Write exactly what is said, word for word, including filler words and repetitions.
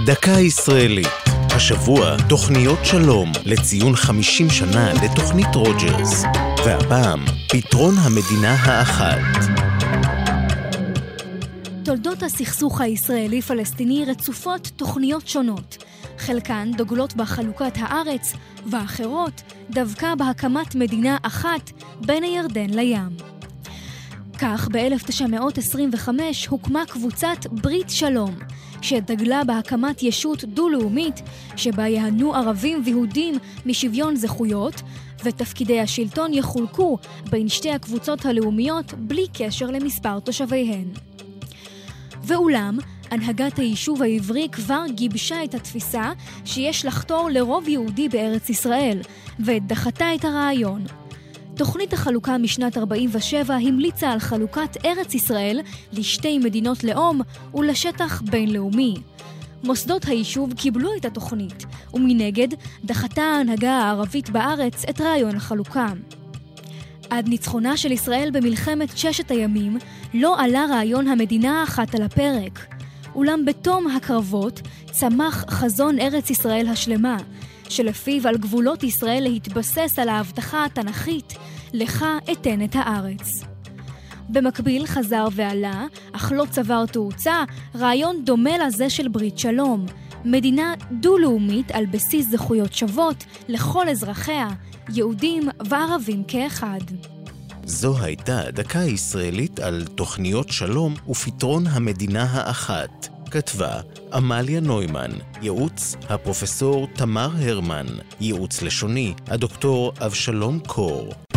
דקה ישראלית. השבוע תוכניות שלום לציון חמישים שנה לתוכנית רוג'רס. והפעם פתרון המדינה האחת. תולדות הסכסוך הישראלי-פלסטיני רצופות תוכניות שונות. חלקן דוגלות בחלוקת הארץ, ואחרות דווקא בהקמת מדינה אחת בין הירדן לים. כך ב-אלף תשע מאות עשרים וחמש הוקמה קבוצת ברית שלום, שדגלה בהקמת ישות דו-לאומית שבה יהנו ערבים ויהודים משוויון זכויות, ותפקידי השלטון יחולקו בין שתי הקבוצות הלאומיות בלי קשר למספר תושביהן. ואולם, הנהגת היישוב העברי כבר גיבשה את התפיסה שיש לחתור לרוב יהודי בארץ ישראל, ודחתה את הרעיון. תוכנית החלוקה משנת ארבעים ושבע המליצה על חלוקת ארץ ישראל לשתי מדינות לאום ולשטח בינלאומי. מוסדות היישוב קיבלו את התוכנית, ומנגד דחתה ההנהגה הערבית בארץ את רעיון החלוקה. עד ניצחונה של ישראל במלחמת ששת הימים לא עלה רעיון המדינה האחת על הפרק. אולם בתום הקרבות צמח חזון ארץ ישראל השלמה, שלפיו על גבולות ישראל להתבסס על ההבטחה התנ"כית, לך אתן את הארץ. במקביל חזר ועלה, אך לא צבר תאוצה, רעיון דומה לזה של ברית שלום, מדינה דו-לאומית על בסיס זכויות שוות לכל אזרחיה, יהודים וערבים כאחד. זו הייתה דקה ישראלית על תוכניות שלום ופתרון המדינה האחת. כתבה אמליה נוימן, ייעוץ הפרופסור תמר הרמן, ייעוץ לשוני הדוקטור אבשלום קור.